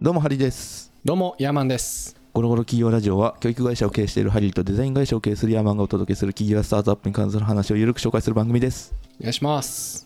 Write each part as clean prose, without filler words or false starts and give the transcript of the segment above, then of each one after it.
どうもハリーです。 どうもヤーマンです。 ゴロゴロ企業ラジオは教育会社を経営しているハリーとデザイン会社を経営するヤーマンがお届けする企業やスタートアップに関する話をゆるく紹介する番組です。 お願いします。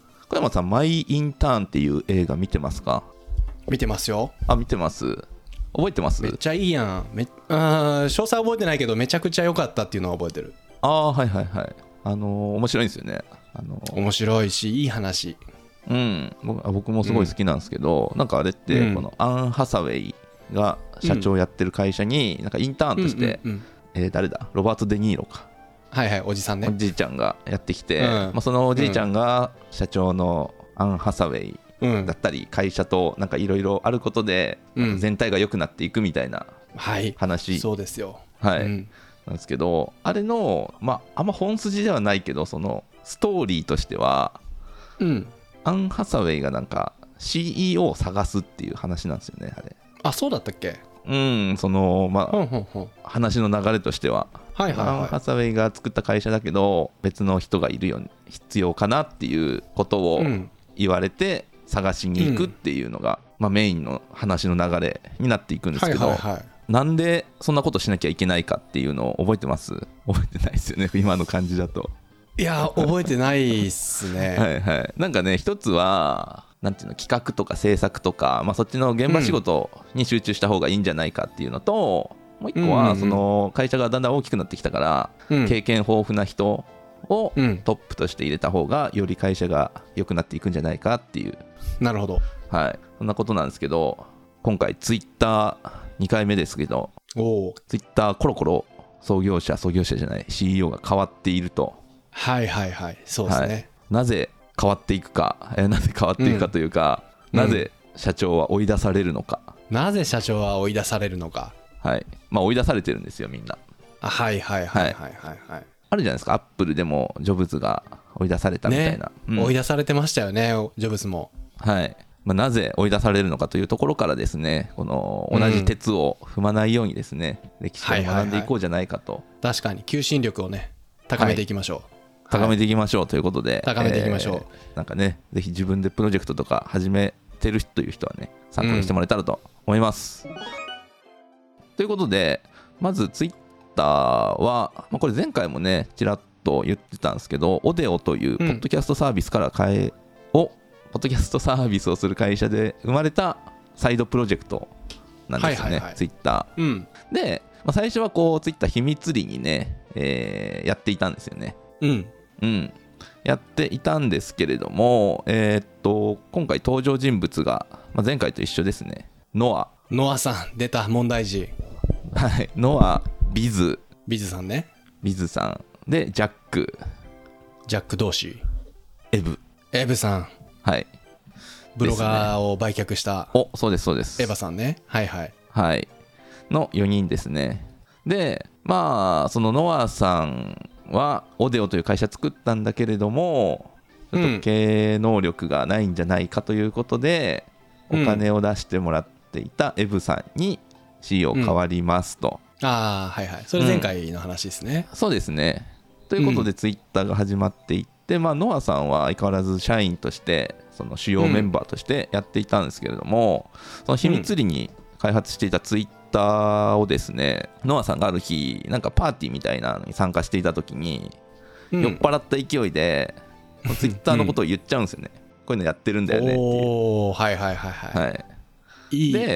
小山さん、マイ・インターンっていう映画見てますか？ 見てますよ。 見てます。覚えてます？ めっちゃいいやん。詳細覚えてないけどめちゃくちゃ良かったっていうのは覚えてる。 はいはいはい。面白いんですよね。 面白いしいい話。 僕もすごい好きなんですけど、なんかあれってこのアン・ハサウェイが社長やってる会社になんかインターンとして、誰だ、ロバート・デ・ニーロか、 はいはい、おじさんね、 おじいちゃんがやってきて、そのおじいちゃんが社長のアン・ハサウェイだったり会社となんかいろいろあることで全体が良くなっていくみたいな話、 そうですよ、 なんですけど、あれのあんま本筋ではないけど、そのストーリーとしては、アン・ハサウェイがなんか CEO を探すっていう話なんですよね、あれ。 そうだったっけ？ その話の流れとしては、アン・ハサウェイが作った会社だけど別の人がいるよ、必要かなっていうことを言われて探しに行くっていうのが、メインの話の流れになっていくんですけど、なんでそんなことしなきゃいけないかっていうのを覚えてます？覚えてないですよね、今の感じだと。 いや覚えてないっすねはいはい。なんかね、一つはなんていうの、企画とか制作とか、そっちの現場仕事に集中した方がいいんじゃないかっていうのと、もう一個はその会社がだんだん大きくなってきたから、経験豊富な人をトップとして入れた方がより会社が良くなっていくんじゃないかっていう。 なるほど。 はい、そんなことなんですけど、今回ツイッター2回目ですけど、ツイッターコロコロ創業者じゃない CEO が変わっていると。 そうですね、 なぜ変わっていくか、というか、なぜ社長は追い出されるのか。 なぜ社長は追い出されるのか。 追い出されてるんですよ、みんな。あるじゃないですか、アップルでもジョブズが追い出されたみたいな、 追い出されてましたよね、ジョブズも。 なぜ追い出されるのかというところからですね、この同じ鉄を踏まないようにですね、歴史を学んでいこうじゃないかと。 確かに求心力をね、高めていきましょう。 高めていきましょうということで、 高めていきましょう。 なんかね、ぜひ自分でプロジェクトとか始めてるという人はね、参考にしてもらえたらと思います。ということで、まずツイッターは、これ前回もねちらっと言ってたんですけど、オデオというポッドキャストサービスからポッドキャストサービスをする会社で生まれたサイドプロジェクトなんですよね、ツイッター、で、最初はこうツイッター秘密裏にね、やっていたんですよね。やっていたんですけれども、今回登場人物が、前回と一緒ですね。ノアさん出た、問題児。 ノア、ビズさんね。 ビズさんで、ジャック同士、エブさん、 ブロガーを売却した。 そうですそうです、 エヴァさんね。 の4人ですね。で、そのノアさんはオデオという会社作ったんだけれども、ちょっと経営能力がないんじゃないかということで、お金を出してもらっていたエブさんに CEO 変わりますと。 それ前回の話ですね。 そうですね。ということでツイッターが始まっていって、ノアさんは相変わらず社員としてその主要メンバーとしてやっていたんですけれども、その秘密裏に開発していたツイッターをですね、ノアさんがある日なんかパーティーみたいなのに参加していた時に、酔っ払った勢いでツイッターのことを言っちゃうんですよね。こういうのやってるんだよねっていう。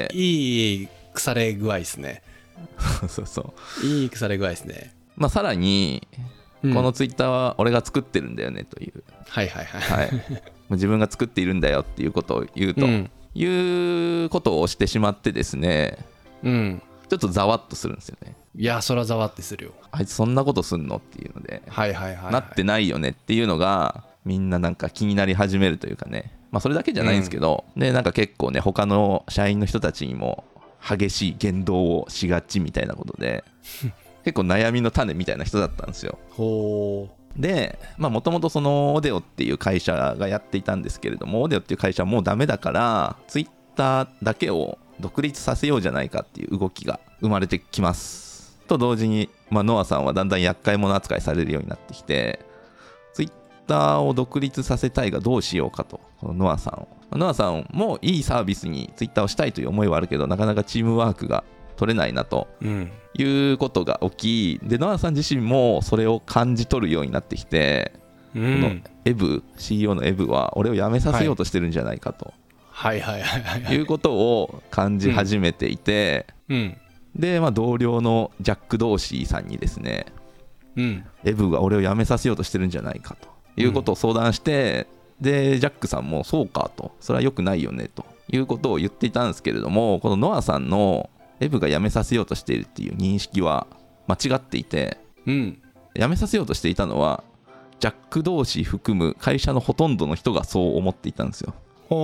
いい腐れ具合ですね。いい腐れ具合ですね。 さらにこのツイッターは俺が作ってるんだよねという、自分が作っているんだよっていうことを言うと、いうことをしてしまってですね、ちょっとざわっとするんですよね。 いや、そらざわってするよ。 あいつそんなことすんのっていうので、なってないよねっていうのがみんななんか気になり始めるというかね、それだけじゃないんですけど、でなんか結構ね、他の社員の人たちにも激しい言動をしがちみたいなことで結構悩みの種みたいな人だったんですよ。で、もともとそのオデオっていう会社がやっていたんですけれども、オデオっていう会社はもうダメだからツイッターだけを独立させようじゃないかっていう動きが生まれてきますと同時に、ノアさんはだんだん厄介者扱いされるようになってきて、ツイッターを独立させたいがどうしようかと、このノアさんを、 ノアさんもいいサービスにツイッターをしたいという思いはあるけど、なかなかチームワークが取れないなということが起き、でノアさん自身もそれを感じ取るようになってきて、このCEO のエブは俺を辞めさせようとしてるんじゃないかということを感じ始めていて、で、同僚のジャック・ドーシーさんにですね、エブが俺を辞めさせようとしてるんじゃないかということを相談して、でジャックさんもそうかと、それは良くないよねということを言っていたんですけれども、このノアさんのエブが辞めさせようとしているっていう認識は間違っていて、辞めさせようとしていたのはジャック同士含む会社のほとんどの人がそう思っていたんですよ。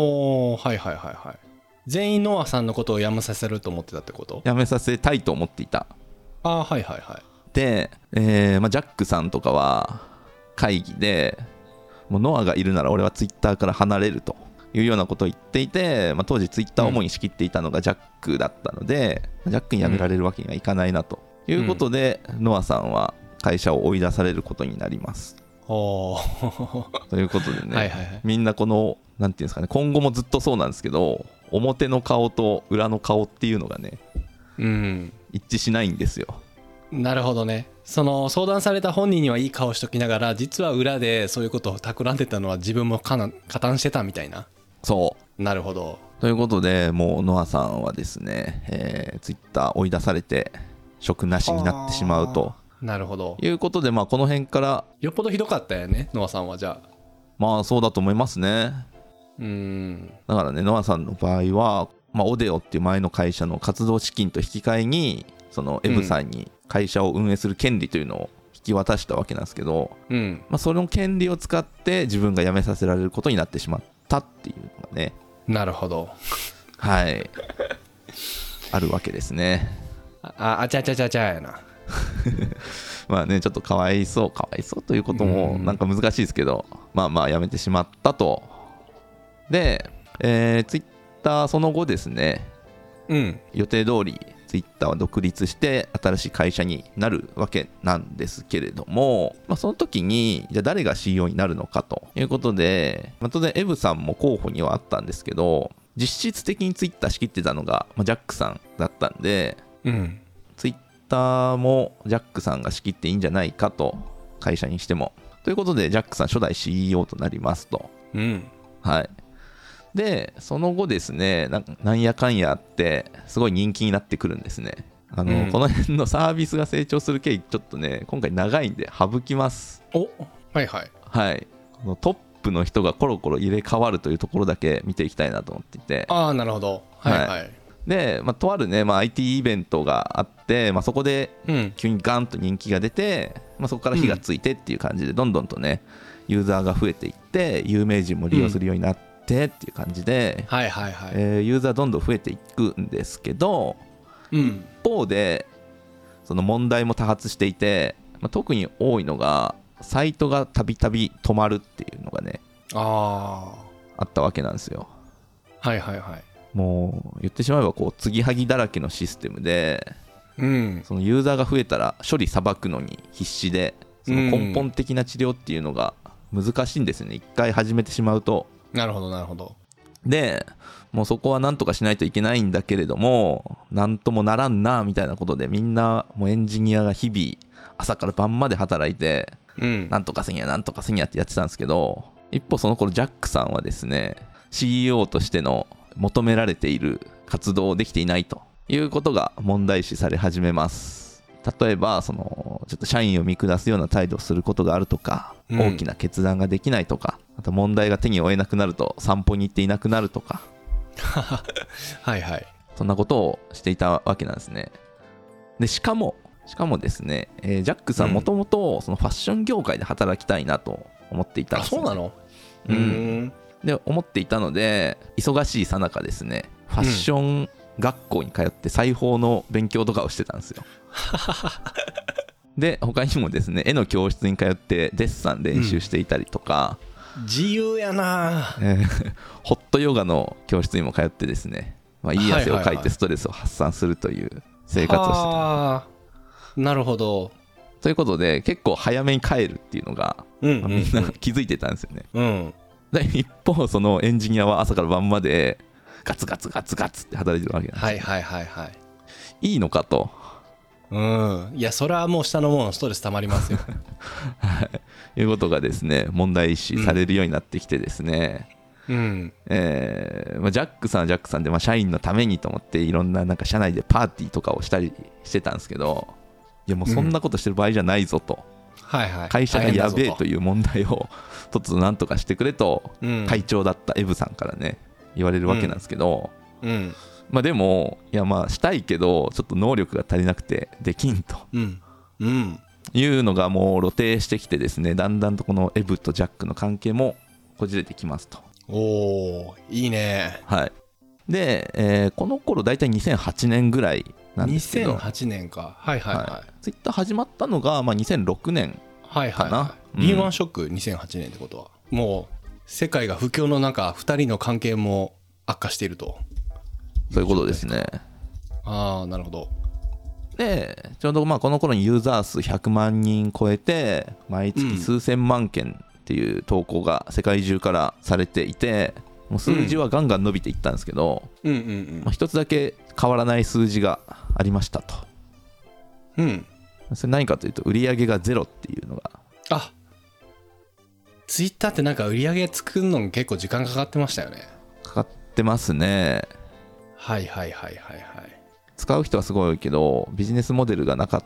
全員ノアさんのことを辞めさせると思ってたってこと？ 辞めさせたいと思っていた。で、ジャックさんとかは会議でもうノアがいるなら俺はツイッターから離れるというようなことを言っていて、当時ツイッターを主に仕切っていたのがジャックだったので、ジャックに辞められるわけにはいかないなということで、ノアさんは会社を追い出されることになります。ということでね、みんなこのなんていうんですかね、今後もずっとそうなんですけど、表の顔と裏の顔っていうのがね、一致しないんですよ。 なるほどね。その相談された本人にはいい顔しときながら、実は裏でそういうことを企んでたのは自分も加担してたみたいな。 そう。 なるほど。 ということで、もうノアさんはですね、ツイッター追い出されて職なしになってしまうと。 なるほど。 いうことで、この辺からよっぽどひどかったよね、ノアさんは。じゃあそうだと思いますね。だからね、ノアさんの場合は、オデオっていう前の会社の活動資金と引き換えに、そのエブさんに会社を運営する権利というのを引き渡したわけなんですけど、その権利を使って自分が辞めさせられることになってしまったっていうのがね。 なるほど。 はいあるわけですね。 あちゃちゃちゃちゃやな。 ちょっとかわいそうということもなんか難しいですけど、やめてしまったと。で、ツイッターその後ですね、予定通りツイッターは独立して新しい会社になるわけなんですけれども、その時にじゃあ誰が CEO になるのかということで、当然エブさんも候補にはあったんですけど、実質的にツイッター仕切ってたのがジャックさんだったんで、ツイッターもジャックさんが仕切っていいんじゃないかと、会社にしてもということでジャックさん初代 CEO となりますと。でその後ですね、なんやかんやあってすごい人気になってくるんですね。この辺のサービスが成長する経緯ちょっとね今回長いんで省きます。このトップの人がコロコロ入れ替わるというところだけ見ていきたいなと思っていて。 なるほど。 で、とあるね、IT イベントがあって、そこで急にガンと人気が出て、そこから火がついてっていう感じでどんどんとねユーザーが増えていって、有名人も利用するようになってっていう感じで、ユーザーどんどん増えていくんですけど、一方でその問題も多発していて、特に多いのがサイトがたびたび止まるっていうのがねあったわけなんですよ。もう言ってしまえば継ぎはぎだらけのシステムで、そのユーザーが増えたら処理さばくのに必死で、その根本的な治療っていうのが難しいんですよね、一回始めてしまうと。 なるほど。 でもうそこはなんとかしないといけないんだけれども、なんともならんなみたいなことで、みんなもうエンジニアが日々朝から晩まで働いて、なんとかせんやってやってたんですけど、一方その頃ジャックさんはですね CEO としての求められている活動をできていないということが問題視され始めます。例えばちょっと社員を見下すような態度をすることがあるとか、大きな決断ができないとか、あと問題が手に負えなくなると散歩に行っていなくなるとかそんなことをしていたわけなんですね。でしかもですね、ジャックさんもともとそのファッション業界で働きたいなと思っていたんですよ、ね。 そうなの？ で思っていたので、忙しいさなかですね、ファッション学校に通って裁縫の勉強とかをしてたんですよ。で他にもですね、絵の教室に通ってデッサン練習していたりとか、 自由やな、 ホットヨガの教室にも通ってですね、いい汗をかいてストレスを発散するという生活をしてた。 なるほど。 ということで結構早めに帰るっていうのが、みんな気づいてたんですよね。 で一方そのエンジニアは朝から晩までガツガツガツガツって働いてるわけなんですよ。 はいはいはいはい。 いいのかと。 いやそれはもう下のものストレスたまりますよ。 はい、いうことがですね問題視されるようになってきてですね、ジャックさんはジャックさんで、社員のためにと思っていろんななんか社内でパーティーとかをしたりしてたんですけど、いやもうそんなことしてる場合じゃないぞと、会社がやべえという問題をとっととなんとかしてくれと、会長だったエブさんからね言われるわけなんですけど、でもいやしたいけどちょっと能力が足りなくてできんと、いうのがもう露呈してきてですね、だんだんとこのエブとジャックの関係もこじれてきますと。 おーいいね。 はい。で、この頃だいたい2008年ぐらいなんですけど、 2008年か。はいはいはい。 ツイッター始まったのが2006年かな。 リーマンショック2008年ってことはもう世界が不況の中2人の関係も悪化していると。 そういうことですね。 ああなるほど。 でちょうどこの頃にユーザー数100万人超えて毎月数千万件っていう投稿が世界中からされていて、もう数字はガンガン伸びていったんですけど、一つだけ変わらない数字がありましたと。それ何かというと売上がゼロっていうのが。 あ、ツイッターってなんか売上作るのに結構時間かかってましたよね。 かかってますね。 はいはいはいはいはい。 使う人はすごい多いけどビジネスモデルがなかった、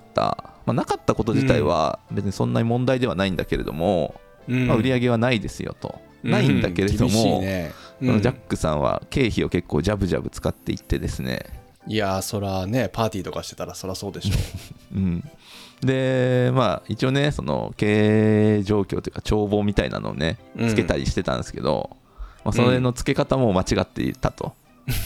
なかったこと自体は別にそんなに問題ではないんだけれども、売り上げはないですよと、ないんだけれども、このジャックさんは経費を結構ジャブジャブ使っていってですね、 いやそらねパーティーとかしてたらそらそうでしょう、で一応ねその経営状況というか帳簿みたいなのをねつけたりしてたんですけど、それのつけ方も間違っていたと。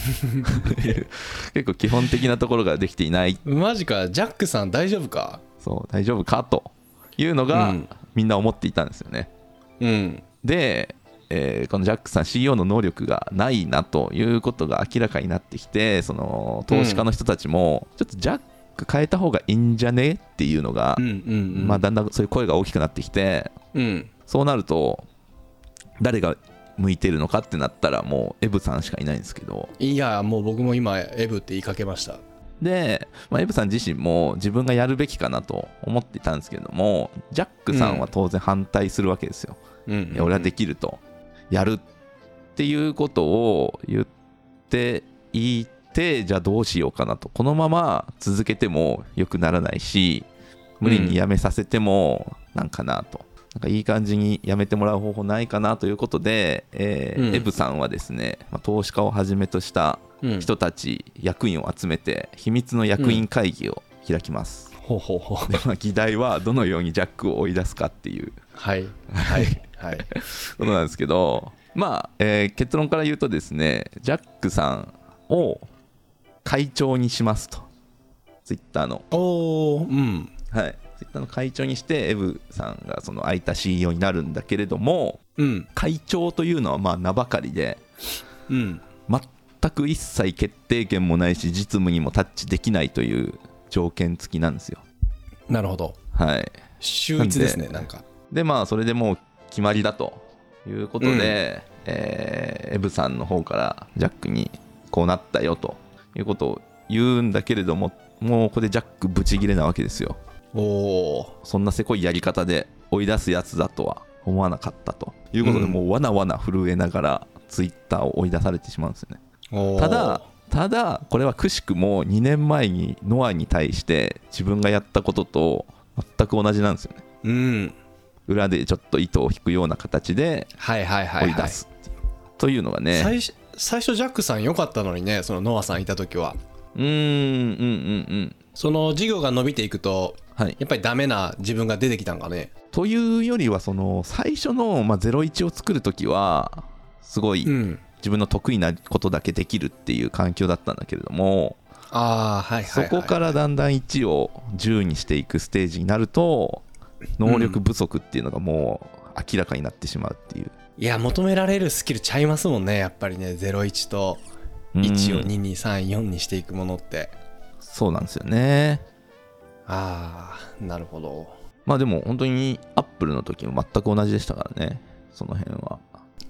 結構基本的なところができていない。 マジか、ジャックさん大丈夫か。 そう大丈夫かというのが、みんな思っていたんですよね。で、このジャックさん CEO の能力がないなということが明らかになってきて、その投資家の人たちもちょっとジャック変えた方がいいんじゃねっていうのが、だんだんそういう声が大きくなってきて、そうなると誰が向いてるのかってなったらもうエブさんしかいないんですけど、 いやもう僕も今エブって言いかけました。 で、エブさん自身も自分がやるべきかなと思っていたんですけれども、ジャックさんは当然反対するわけですよ。いや俺はできると、やるっていうことを言っていて、じゃあどうしようかなと。このまま続けても良くならないし、無理にやめさせてもなんかなと、なんかいい感じにやめてもらう方法ないかなということで、エブさんはですね、投資家をはじめとした人たち、役員を集めて秘密の役員会議を開きます。で議題はどのようにジャックを追い出すかっていうことなんですけど、結論から言うとですね、ジャックさんを会長にしますと、ツイッターのツイッターの会長にしてエブさんがその空いた CEO になるんだけれども、会長というのは名ばかりで、全く一切決定権もないし実務にもタッチできないという条件付きなんですよ。 なるほど。秀逸ですね。なんかでそれでもう決まりだということで、エブさんの方からジャックにこうなったよということを言うんだけれども、もうここでジャックブチギレなわけですよ。そんなせこいやり方で追い出すやつだとは思わなかったということで、もうわなわな震えながらツイッターを追い出されてしまうんですよね。ただこれはくしくも2年前にノアに対して自分がやったことと全く同じなんですよね。裏でちょっと糸を引くような形で追い出すというのがね、 最初ジャックさん良かったのにね、そのノアさんいた時は。その事業が伸びていくと、やっぱりダメな自分が出てきたんかね。 というよりはその最初の01を作る時はすごい自分の得意なことだけできるっていう環境だったんだけれども、そこからだんだん1を10にしていくステージになると能力不足っていうのがもう明らかになってしまうっていう。 いや求められるスキルちゃいますもんね、やっぱりね。01と1を2234にしていくものって。 そうなんですよね。 なるほど。 でも本当にアップルの時も全く同じでしたからね、その辺は。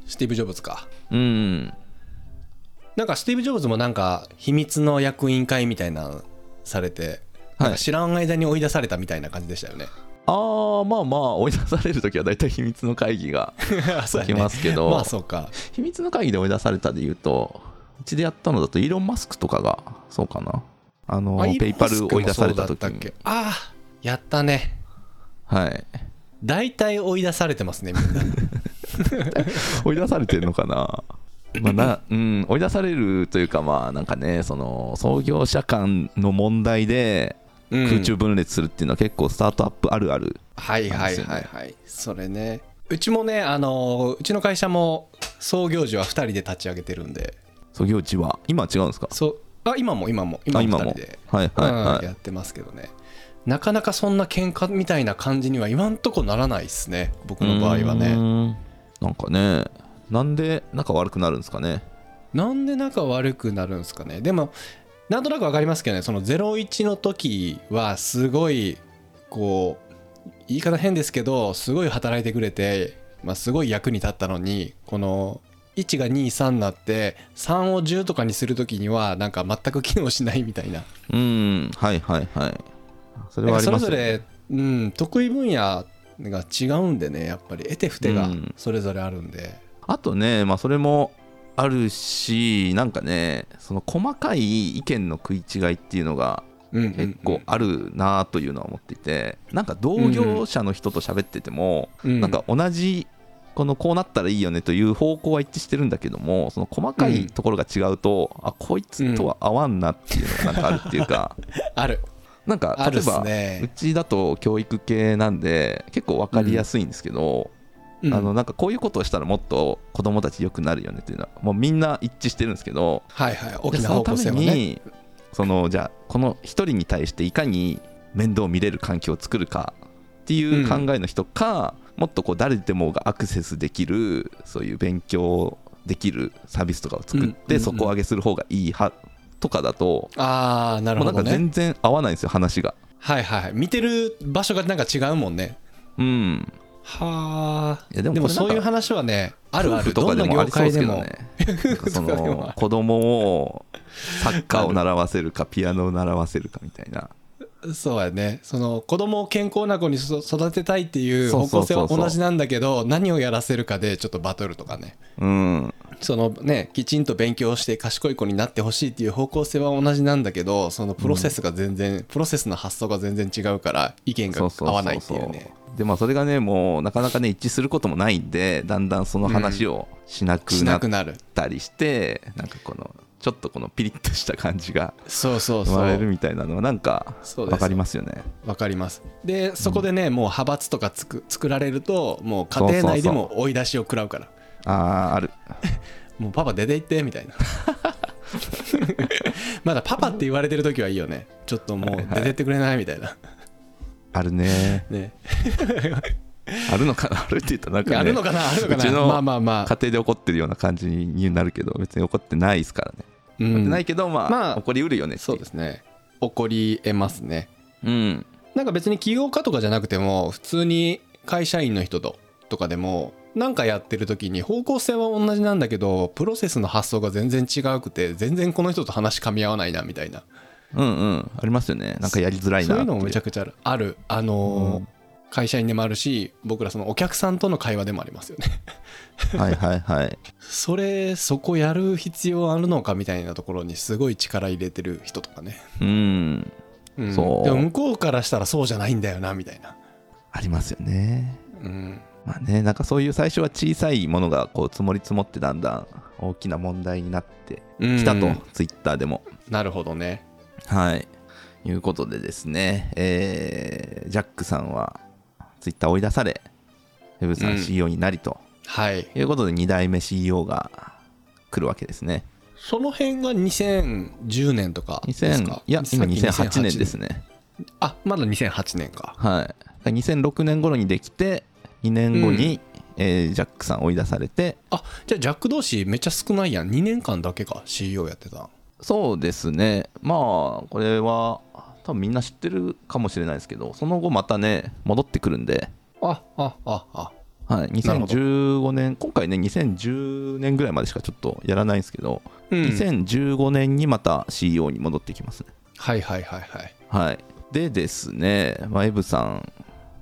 スティーブ・ジョブズか。 うんなんかスティーブ・ジョブズもなんか秘密の役員会みたいなのされて、なんか知らん間に追い出されたみたいな感じでしたよね。 まあ追い出されるときは大体秘密の会議が起きますけど、 まあそうか。 秘密の会議で追い出されたでいうと、うちでやったのだとイーロン・マスクとかがそうかな、ペイパル追い出された時に。 やったね。 はい大体追い出されてますねみんな。 追い出されてるのかな。追い出されるというか、まあなんかね、その創業者間の問題で空中分裂するっていうのは結構スタートアップあるある、 はいはいはいはい。それね、うちもね、うちの会社も創業時は2人で立ち上げてるんで。 創業時は今は違うんですか？ 今も2人で、 はいはいはい、 やってますけどね。なかなかそんな喧嘩みたいな感じには今んとこならないですね、僕の場合はね。 なんかね、なんで仲悪くなるんですかね。 なんで仲悪くなるんですかね。でもなんとなく分かりますけどね、その01の時はすごいこう、言い方変ですけどすごい働いてくれて、すごい役に立ったのに、この1が2、3になって3を10とかにするときにはなんか全く機能しないみたいな。 はいはいはい。それはありますよね。 それぞれ、得意分野が違うんでね、やっぱり得手不手がそれぞれあるんで、 あとね、それもあるし、なんかね、その細かい意見の食い違いっていうのが結構あるなというのは思っていて、なんか同業者の人と喋ってても、なんか同じこうなったらいいよねという方向は一致してるんだけども、その細かいところが違うと、こいつとは合わんなっていうのがなんかあるっていうか、 ある。 なんか例えばうちだと教育系なんで結構分かりやすいんですけど、なんかこういうことをしたらもっと子供たち良くなるよねっていうのはもうみんな一致してるんですけど、 大きな方向性はね。 じゃあこの一人に対していかに面倒見れる環境を作るかっていう考えの人か、もっと誰でもがアクセスできるそういう勉強できるサービスとかを作って底上げする方がいい派とかだと、 なるほどね、 もうなんか全然合わないんですよ、話が。 見てる場所がなんか違うもんね。でもそういう話はね、あるある。 とかでもありそうですけどね。その子供をサッカーを習わせるかピアノを習わせるかみたいな。 そうやね。その子供を健康な子に育てたいっていう方向性は同じなんだけど、何をやらせるかでちょっとバトルとかね。そのね、きちんと勉強して賢い子になってほしいっていう方向性は同じなんだけど、そのプロセスが全然、プロセスの発想が全然違うから意見が合わないっていうね。 でそれがね、もうなかなかね一致することもないんで、だんだんその話をしなくなったりして、なんかちょっとピリッとした感じが生まれるみたいなのはなんか分かりますよね。 分かります。でそこでね、もう派閥とか作られると、もう家庭内でも追い出しを食らうから。 あるもうパパ出て行ってみたいな。まだパパって言われてる時はいいよね。ちょっともう出てってくれないみたいな。 あるね。あるのかな、あるって言ったらなんかね、 あるのかな、うちの家庭で起こってるような感じになるけど、別に起こってないですからね。起こってないけど、起こりうるよねっていう。 そうですね、起こりえますね。なんか別に起業家とかじゃなくても、普通に会社員の人とかでも、なんかやってる時に方向性は同じなんだけど、プロセスの発想が全然違くて、全然この人と話噛み合わないなみたいな。 ありますよね。なんかやりづらいなっていう。 そういうのもめちゃくちゃある。会社員でもあるし、僕らそのお客さんとの会話でもありますよね。そこやる必要あるのかみたいなところにすごい力入れてる人とかね。でも向こうからしたらそうじゃないんだよなみたいな。 ありますよね。なんかそういう最初は小さいものが積もり積もってだんだん大きな問題になってきたと、ツイッターでも。 なるほどね。 いうことでですね、ジャックさんはツイッター追い出され、ウェブさん CEO になりと、いうことで2代目 CEO が来るわけですね。 その辺が2010年とかですか？ いや今2008年ですね。 まだ2008年か。 2006年頃にできて、2年後に、ジャックさん追い出されて。 じゃあジャック同士めっちゃ少ないやん。2年間だけか CEO やってた。 そうですね。これは多分みんな知ってるかもしれないですけど、その後またね戻ってくるんで。 はい、2015年、今回ね、2010年ぐらいまでしかちょっとやらないんですけど、2015年にまた CEO に戻ってきますね。 はいはいはいはい。 はい、でですね、エブさん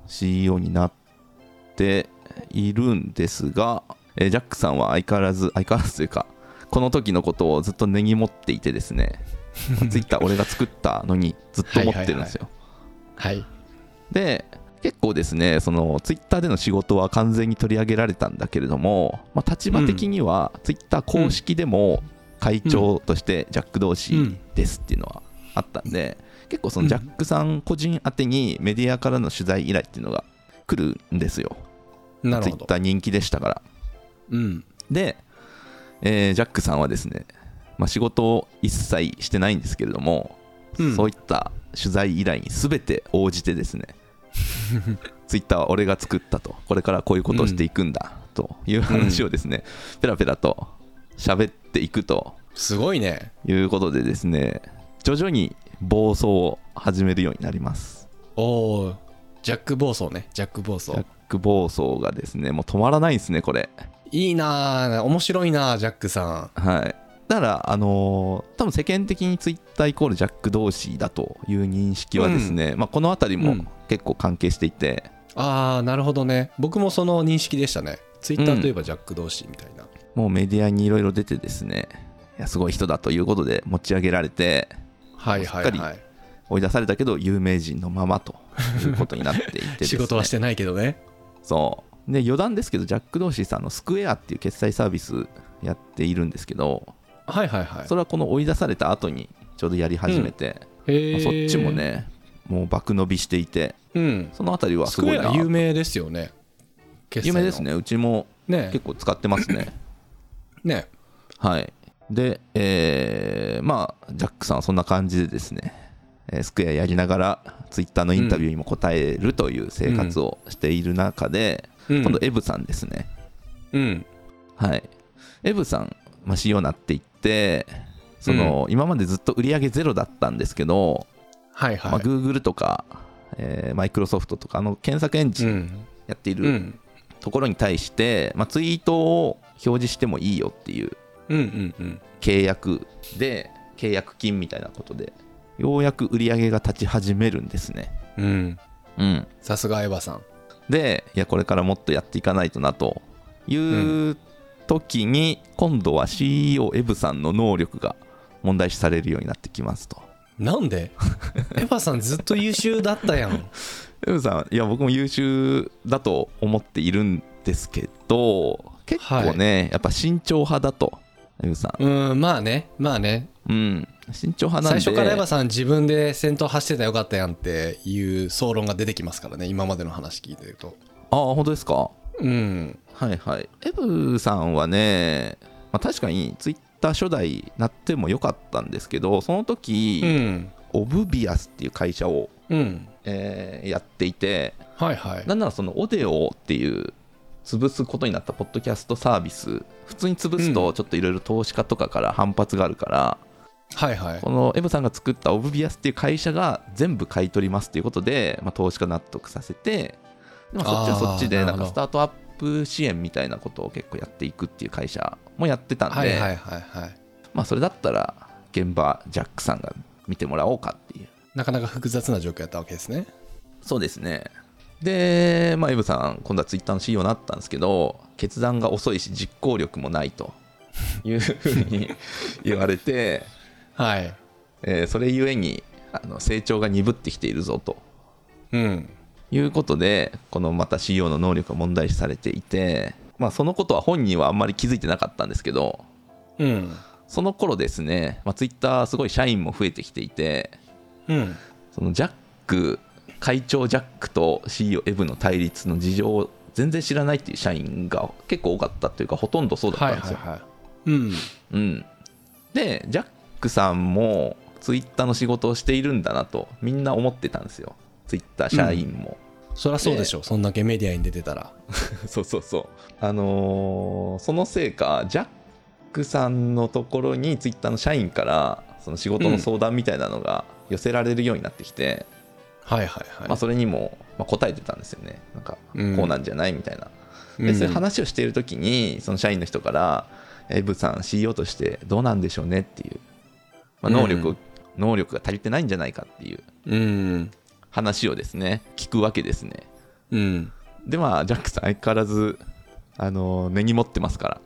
CEO になっているんですが、ジャックさんは相変わらずというか、この時のことをずっと根に持っていてですねツイッター俺が作ったのにずっと持ってるんですよ。 はい。 で結構ですね、そのツイッターでの仕事は完全に取り上げられたんだけれども、立場的にはツイッター公式でも会長としてジャック・ドーシーですっていうのはあったんで、結構そのジャックさん個人宛てにメディアからの取材依頼っていうのが来るんですよ。ツイッター人気でしたから。で、ジャックさんはですね、仕事を一切してないんですけれども、そういった取材依頼に全て応じてですねツイッターは俺が作ったと、これからこういうことをしていくんだという話をですね、ペラペラと喋っていくと、 すごいね。 いうことでですね、徐々に暴走を始めるようになります。 おー、ジャック暴走ね。ジャック暴走がですね、もう止まらないんですねこれ。 いいな、面白いなジャックさん。はい。だから多分世間的にツイッターイコールジャック同士だという認識はですね、この辺りも結構関係していて、 ああなるほどね。僕もその認識でしたね。ツイッターといえばジャック同士みたいな、 もうメディアにいろいろ出てですね、いやすごい人だということで持ち上げられて、 はいはいはい、 しっかり追い出されたけど有名人のままということになっていてですね仕事はしてないけどね。 そうで、余談ですけど、ジャック・ドーシーさんのスクエアっていう決済サービスやっているんですけど、 はいはいはい、 それはこの追い出された後にちょうどやり始めて、そっちもねもう爆伸びしていて、そのあたりはすごいな。 スクエア有名ですよね。 有名ですね。うちも結構使ってますね。 ね。 はい。で、ジャックさんはそんな感じでですね、スクエアやりながらツイッターのインタビューにも答えるという生活をしている中で、今度エブさんですね。はい。エブさん、CEO になっていって、その今までずっと売り上げゼロだったんですけど、Google とか、マイクロソフトとか検索エンジンやっているところに対して、ツイートを表示してもいいよっていう契約で、契約金みたいなことでようやく売り上げが立ち始めるんですね。 さすがエヴァさんで、いやこれからもっとやっていかないとなという時に、今度は CEO エブさんの能力が問題視されるようになってきますと。 なんでエヴァさんずっと優秀だったやん。 エブさん、いや僕も優秀だと思っているんですけど、結構ね、やっぱ慎重派だと、エブさん。 まあね慎重派なんで、 最初からエヴァさん自分で先頭走ってたらよかったやんっていう総論が出てきますからね、今までの話聞いてると。 ああ本当ですか。 はいはい。エブさんはね、確かにツイッター初代なってもよかったんですけど、その時、オブビアスっていう会社を、やっていて、なんならそのオデオっていう潰すことになったポッドキャストサービス、普通に潰すとちょっといろいろ投資家とかから反発があるから、このエブさんが作ったオブビアスっていう会社が全部買い取りますっていうことで、投資家納得させて、そっちはそっちでなんかスタートアップ支援みたいなことを結構やっていくっていう会社もやってたんで、それだったら現場ジャックさんが見てもらおうかっていう、 なかなか複雑な状況やったわけですね。 そうですね。で、エブさん今度はツイッターの CEO になったんですけど、決断が遅いし実行力もないというふうに言われてそれゆえに成長が鈍ってきているぞと、いうことで、このまた CEO の能力が問題視されていて、そのことは本人はあんまり気づいてなかったんですけど、その頃ですね、ツイッターすごい社員も増えてきていて、そのジャック会長ジャックと CEO エブの対立の事情を全然知らないっていう社員が結構多かったというか、ほとんどそうだったんですよ。でジャックさんもツイッターの仕事をしているんだなとみんな思ってたんですよ、ツイッター社員も。 そりゃそうでしょ、そんだけメディアに出てたら。 そうそのせいかジャックさんのところにツイッターの社員からその仕事の相談みたいなのが寄せられるようになってきて、それにも答えてたんですよね。なんかこうなんじゃないみたいな。 でそういう話をしている時にその社員の人からエブさん CEO としてどうなんでしょうねっていう、能力が足りてないんじゃないかっていう話をですね聞くわけですね。でジャックさん相変わらず根に持ってますから、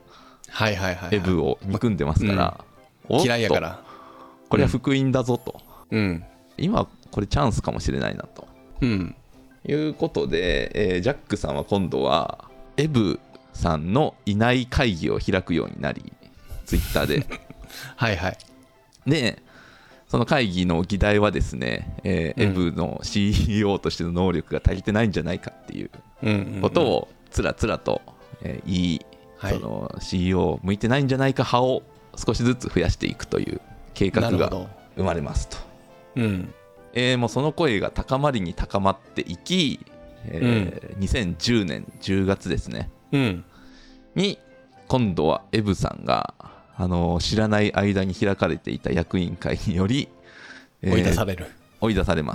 エブを憎んでますから、 嫌いやから、 これは福音だぞと、今これチャンスかもしれないなと、いうことで、ジャックさんは今度はエブさんのいない会議を開くようになり、ツイッターででその会議の議題はですね、エブの CEO としての能力が足りてないんじゃないかっていうことをつらつらと言い、その CEO 向いてないんじゃないか派を少しずつ増やしていくという計画が生まれますと。もうその声が高まりに高まっていき、2010年10月ですね、に今度はエブさんが知らない間に開かれていた役員会により、 追い出されます。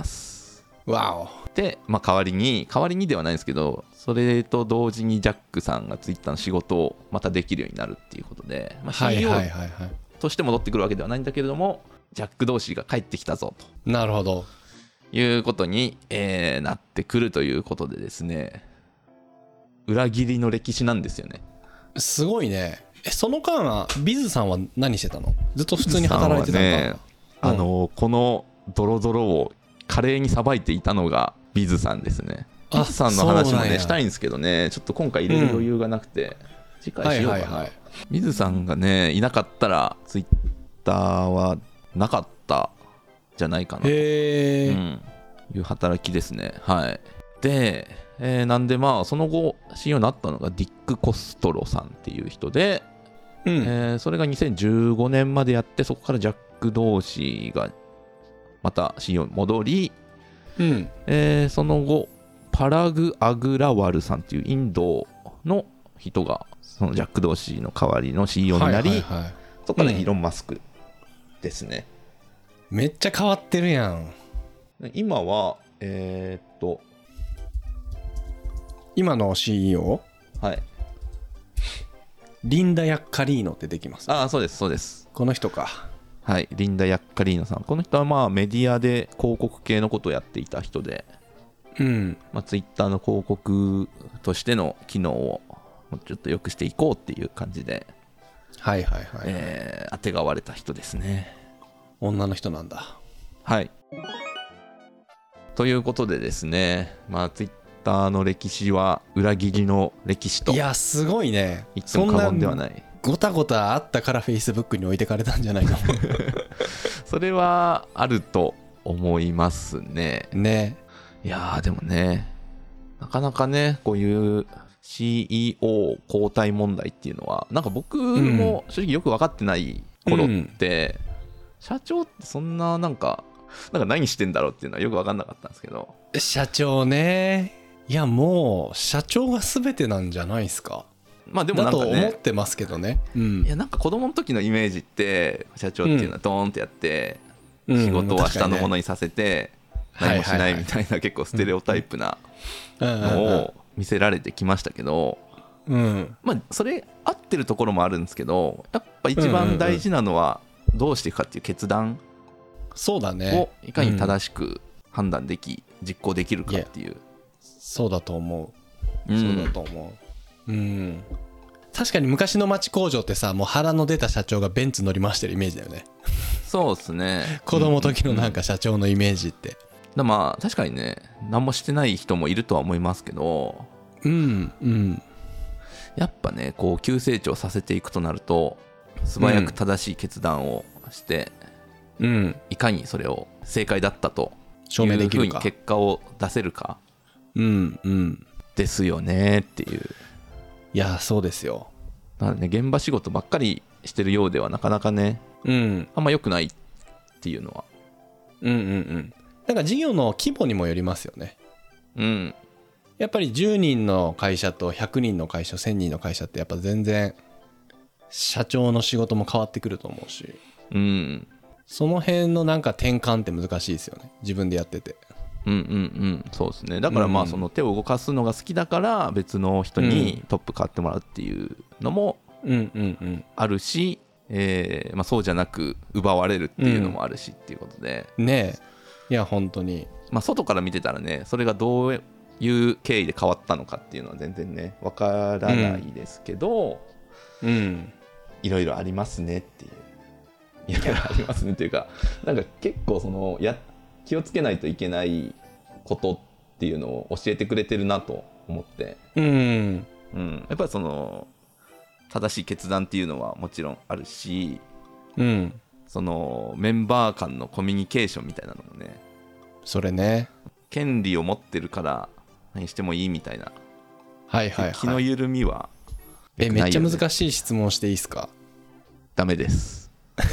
わお。 で、代わりにではないんですけど、それと同時にジャックさんがツイッターの仕事をまたできるようになるっていうことで、CEO として戻ってくるわけではないんだけれども、ジャック同士が帰ってきたぞと。 なるほど。 いうことに、なってくるということでですね、裏切りの歴史なんですよね。 すごいね。その間はビズさんは何してたの？ずっと普通に働いてたのかな？ このドロドロを華麗にさばいていたのがビズさんですね。ビズさんの話もねしたいんですけどね、ちょっと今回入れる余裕がなくて、次回しようかな。ビズさんがねいなかったらツイッターはなかったじゃないかなと、いう働きですね。で、なんでその後 CEO になったのがディック・コストロさんっていう人で、それが2015年までやって、そこからジャック同士がまた CEO に戻り、その後パラグ・アグラワルさんっていうインドの人がそのジャック同士の代わりの CEO になり、そこからイーロン・マスクですね。 めっちゃ変わってるやん。 今は今の CEO？ リンダ・ヤッカリーノってできます？ そうです。 この人か。 リンダ・ヤッカリーノさん。この人はメディアで広告系のことをやっていた人で、ツイッターの広告としての機能をちょっと良くしていこうっていう感じで、あてがわれた人ですね。 女の人なんだ。 ということでですね、ツイッターの歴史は裏切りの歴史と、 いやすごいね。 言っても過言ではない。 ごたごたあったからフェイスブックに置いてかれたんじゃないの？ それはあると思いますね。いやでもね、なかなかねこういう CEO 交代問題っていうのはなんか僕も正直よく分かってない頃って、社長ってそんななんか何してんだろうっていうのはよく分かんなかったんですけど。 社長ね、いやもう社長が全てなんじゃないですか。 でもなんかね、だと思ってますけどね。 いやなんか子供の時のイメージって社長っていうのはドーンってやって、仕事は下のものにさせて何もしないみたいな結構ステレオタイプなのを見せられてきましたけど、それ合ってるところもあるんですけど、やっぱ一番大事なのはどうしていくかっていう決断をいかに正しく判断でき実行できるかっていう。 そうだと思う。確かに昔の町工場ってさ、もう腹の出た社長がベンツ乗り回してるイメージだよね。 そうですね。 子供時のなんか社長のイメージって、 確かにね何もしてない人もいるとは思いますけど、やっぱねこう急成長させていくとなると素早く正しい決断をして、いかにそれを正解だったと証明できるか、 いうふうに結果を出せるかですよねっていう。 いやそうですよ。 だからね現場仕事ばっかりしてるようではなかなかね、あんま良くないっていうのは、 なんか事業の規模にもよりますよね。やっぱり10人の会社と100人の会社、1000人の会社ってやっぱ全然社長の仕事も変わってくると思うし、その辺のなんか転換って難しいですよね、自分でやってて。 うんうんうん、そうですね。だからまあその手を動かすのが好きだから別の人にトップ変わってもらうっていうのもあるし、まあ、そうじゃなく奪われるっていうのもあるしっていうことで、 ねえ、いや本当に、 まあ、外から見てたらね、それがどういう経緯で変わったのかっていうのは全然ねわからないですけど、いろいろありますねっていう、いろいろありますねっていうか、なんか結構その気をつけないといけないことっていうのを教えてくれてるなと思って、やっぱりその正しい決断っていうのはもちろんあるし、そのメンバー間のコミュニケーションみたいなのもね、 それね、 権利を持ってるから何してもいいみたいな、気の緩みはめっちゃ難しい質問していいですか？ ダメです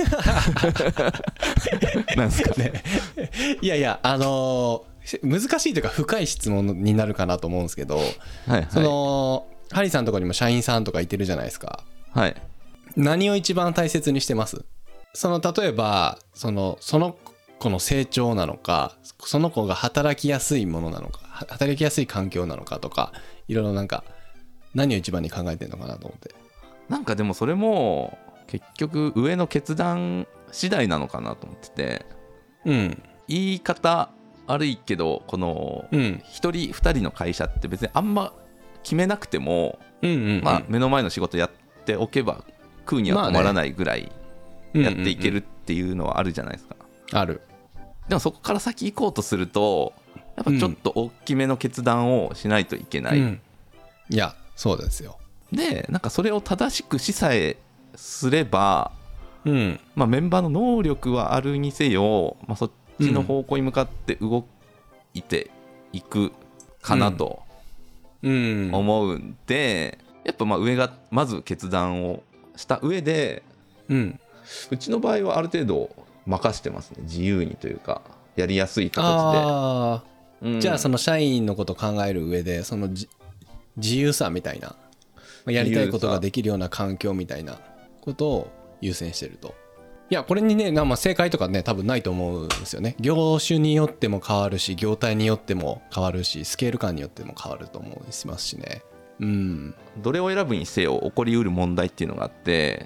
なんすかねいやいや、難しいというか深い質問になるかなと思うんですけど、そのハリーさんのところにも社員さんとかいてるじゃないですか。何を一番大切にしてます？その例えばその子の成長なのか、その子が働きやすいものなのか、働きやすい環境なのかとか、いろいろなんか何を一番に考えてるのかなと思って。 なんかでもそれも結局上の決断次第なのかなと思ってて、言い方悪いけど、この1人2人の会社って別にあんま決めなくても、まあ目の前の仕事やっておけば食うには困らないぐらいやっていけるっていうのはあるじゃないですか。 ある。 でもそこから先行こうとするとやっぱちょっと大きめの決断をしないといけない、 いやそうですよ。 でなんかそれを正しくしさえすれば、まあ、メンバーの能力はあるにせよ、まあ、そっちの方向に向かって動いていくかなと思うんで、やっぱまあ上がまず決断をした上で、うちの場合はある程度任してますね、自由にというかやりやすい形で。 じゃあその社員のことを考える上でその自由さみたいな、やりたいことができるような環境みたいなことを優先してると。いやこれにね、まあ正解とかね多分ないと思うんですよね。業種によっても変わるし、業態によっても変わるし、スケール感によっても変わると思いますしね。 どれを選ぶにせよ起こりうる問題っていうのがあって、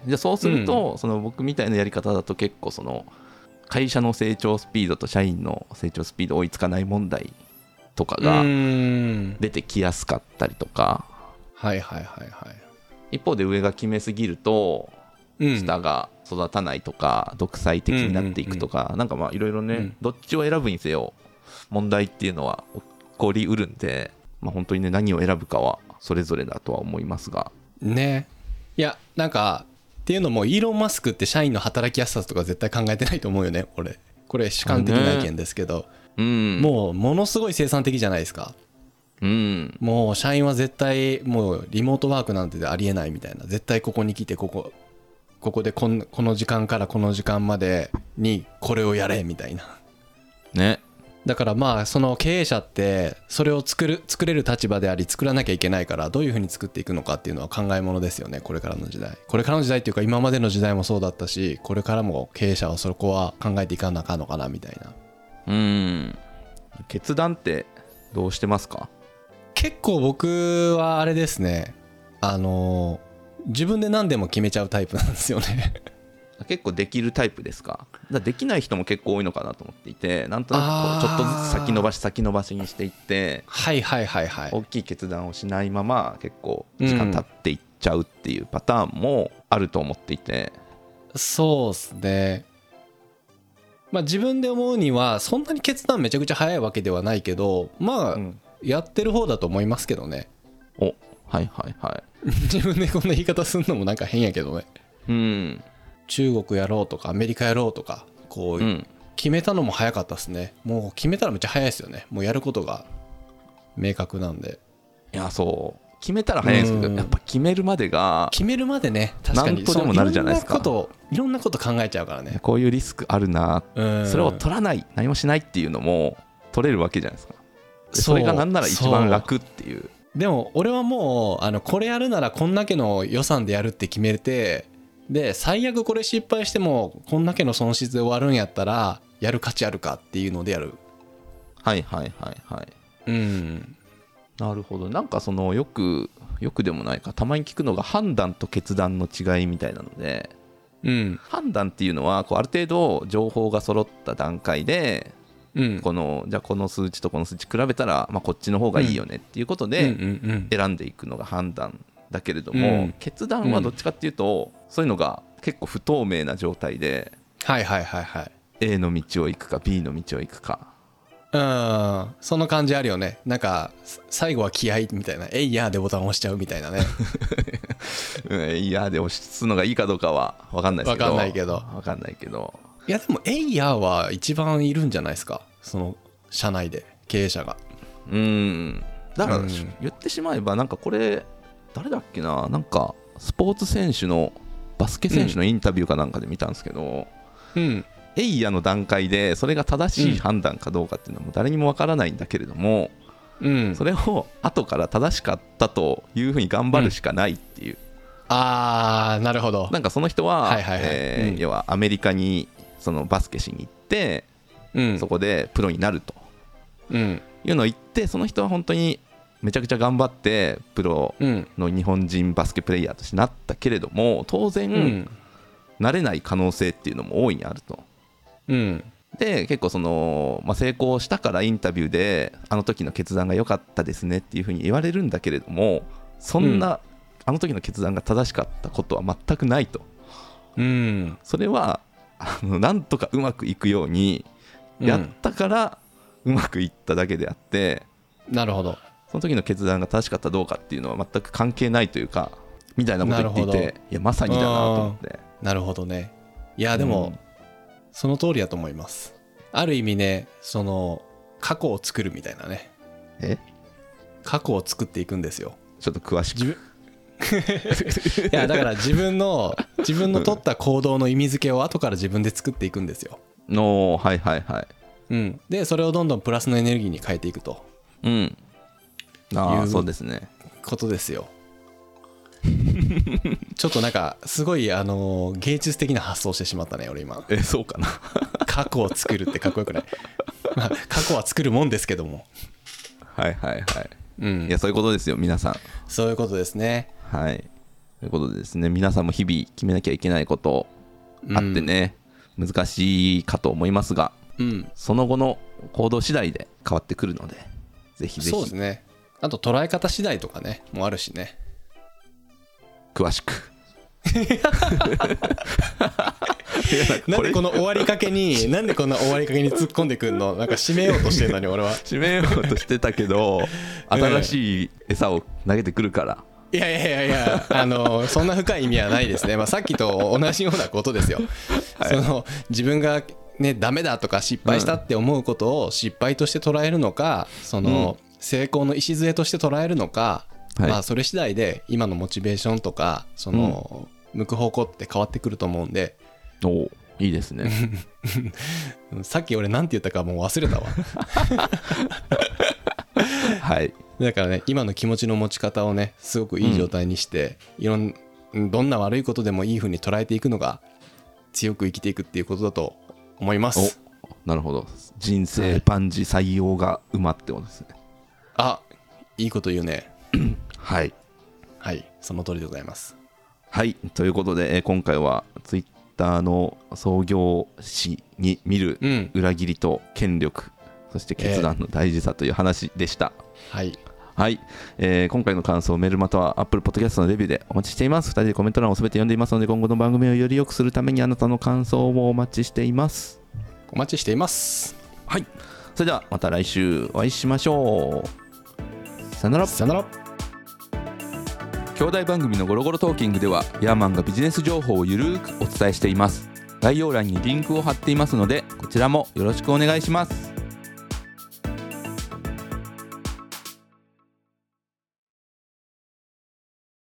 じゃあそうすると、その僕みたいなやり方だと結構その会社の成長スピードと社員の成長スピード追いつかない問題とかが出てきやすかったりとか、一方で上が決めすぎると下が育たないとか独裁的になっていくとか、なんかまあいろいろね、どっちを選ぶにせよ問題っていうのは起こりうるんで、まあ本当にね何を選ぶかはそれぞれだとは思いますがね。いやなんかっていうのもイーロン・マスクって社員の働きやすさとか絶対考えてないと思うよね。俺これ主観的な意見ですけど、もうものすごい生産的じゃないですか。もう社員は絶対もうリモートワークなんてありえないみたいな、絶対ここに来てここでこの時間からこの時間までにこれをやれみたいなね。 だからまあその経営者ってそれを作れる立場であり作らなきゃいけないから、どういうふうに作っていくのかっていうのは考えものですよね。これからの時代っていうか今までの時代もそうだったし、これからも経営者はそこは考えていかなあかんのかなみたいな。 決断ってどうしてますか？ 結構僕はあれですね、自分で何でも決めちゃうタイプなんですよね結構できるタイプですか？できない人も結構多いのかなと思っていて、なんとなくちょっとずつ先延ばしにしていって、大きい決断をしないまま結構時間経っていっちゃうっていうパターンもあると思っていて、 そうですね。まあ自分で思うにはそんなに決断めちゃくちゃ早いわけではないけど、まあやってる方だと思いますけどね。自分でこんな言い方するのもなんか変やけどね。中国やろうとかアメリカやろうとかこう決めたのも早かったですね。もう決めたらめっちゃ早いですよね。もうやることが明確なんで。 いやそう決めたら早いんですけど、やっぱ決めるまでね、確かに何とでもなるじゃないですか。 いろんなこと考えちゃうからね。 こういうリスクあるな、それを取らない何もしないっていうのも取れるわけじゃないですか。それがなんなら一番楽っていう。 でも俺はもうこれやるならこんだけの予算でやるって決めて、で最悪これ失敗してもこんだけの損失で終わるんやったらやる価値あるかっていうのでやる。 はいはいはいはい。 うん。 なるほど。なんかそのよくでもないか、たまに聞くのが判断と決断の違いみたいなので、 うん。 判断っていうのはこうある程度情報が揃った段階で、 うん。 じゃあこの数値とこの数値比べたら、こっちの方がいいよねっていうことで選んでいくのが判断だけれども、決断はどっちかっていうと、そういうのが結構不透明な状態で、 はいはいはいはい。 A の道を行くか B の道を行くか。 その感じあるよね。なんか最後は気合みたいな、えいやーでボタン押しちゃうみたいなね。 いやで押すのがいいかどうかは分かんないですけど。 分かんないけど。いやでもえいやーは一番いるんじゃないですか、その社内で経営者が。 だから言ってしまえば、なんかこれ誰だっけな、なんかスポーツ選手のバスケ選手のインタビューかなんかで見たんですけど、エイヤの段階でそれが正しい判断かどうかっていうのはもう誰にもわからないんだけれども、それを後から正しかったというふうに頑張るしかないっていう、 なるほど。 なんかその人は要はアメリカにそのバスケしに行って、そこでプロになるというのを言って、その人は本当にめちゃくちゃ頑張ってプロの日本人バスケプレイヤーとしてなったけれども、当然なれない可能性っていうのも大いにあると。で結構その、成功したからインタビューであの時の決断が良かったですねっていうふうに言われるんだけれども、そんな、あの時の決断が正しかったことは全くないと。それはなんとかうまくいくようにやったからうまくいっただけであって、 なるほど。 その時の決断が正しかったどうかっていうのは全く関係ないというか、みたいなこと言っていて、いやまさにだなと思って。 なるほどね。いやでも、その通りだと思います。ある意味ね、その過去を作るみたいなね。過去を作っていくんですよ。 ちょっと詳しく。 いやだから自分の取った行動の意味付けを後から自分で作っていくんですよ。 はいはいはい。 でそれをどんどんプラスのエネルギーに変えていくと。 そうですね。 ことですよ。ちょっとなんかすごい芸術的な発想してしまったね俺今。 そうかな。 過去を作るってかっこよくない？過去は作るもんですけども。 はいはいはい。いやそういうことですよ皆さん。 そういうことですね。 はい。ということでですね、皆さんも日々決めなきゃいけないことあってね、難しいかと思いますが、その後の行動次第で変わってくるので、ぜひぜひ。 そうですね。あと捉え方次第とかねもあるしね。 詳しく。 なんでこの終わりかけになんでこんな終わりかけに突っ込んでくんの？なんか締めようとしてるのに俺は。 締めようとしてたけど、新しい餌を投げてくるから。 いやそんな深い意味はないですね。さっきと同じようなことですよ。その自分がねダメだとか失敗したって思うことを失敗として捉えるのか、その成功の礎として捉えるのか、それ次第で今のモチベーションとかその向く方向って変わってくると思うんで。 いいですね。 さっき俺なんて言ったかもう忘れたわ。 はい。 だからね今の気持ちの持ち方をねすごくいい状態にして、どんな悪いことでもいい風に捉えていくのが強く生きていくっていうことだと思います。 なるほど。人生万事採用が馬ってことですね。 いいこと言うね。 はいその通りでございます。 ということで、今回はツイッターの創業史に見る裏切りと権力、そして決断の大事さという話でした。今回の感想メールまたは Apple Podcast のレビューでお待ちしています。2人でコメント欄をすべて読んでいますので、今後の番組をより良くするためにあなたの感想もお待ちしています。それではまた来週お会いしましょう。さよなら。兄弟番組のゴロゴロトーキングではヤーマンがビジネス情報をゆるーくお伝えしています。概要欄にリンクを貼っていますので、こちらもよろしくお願いします。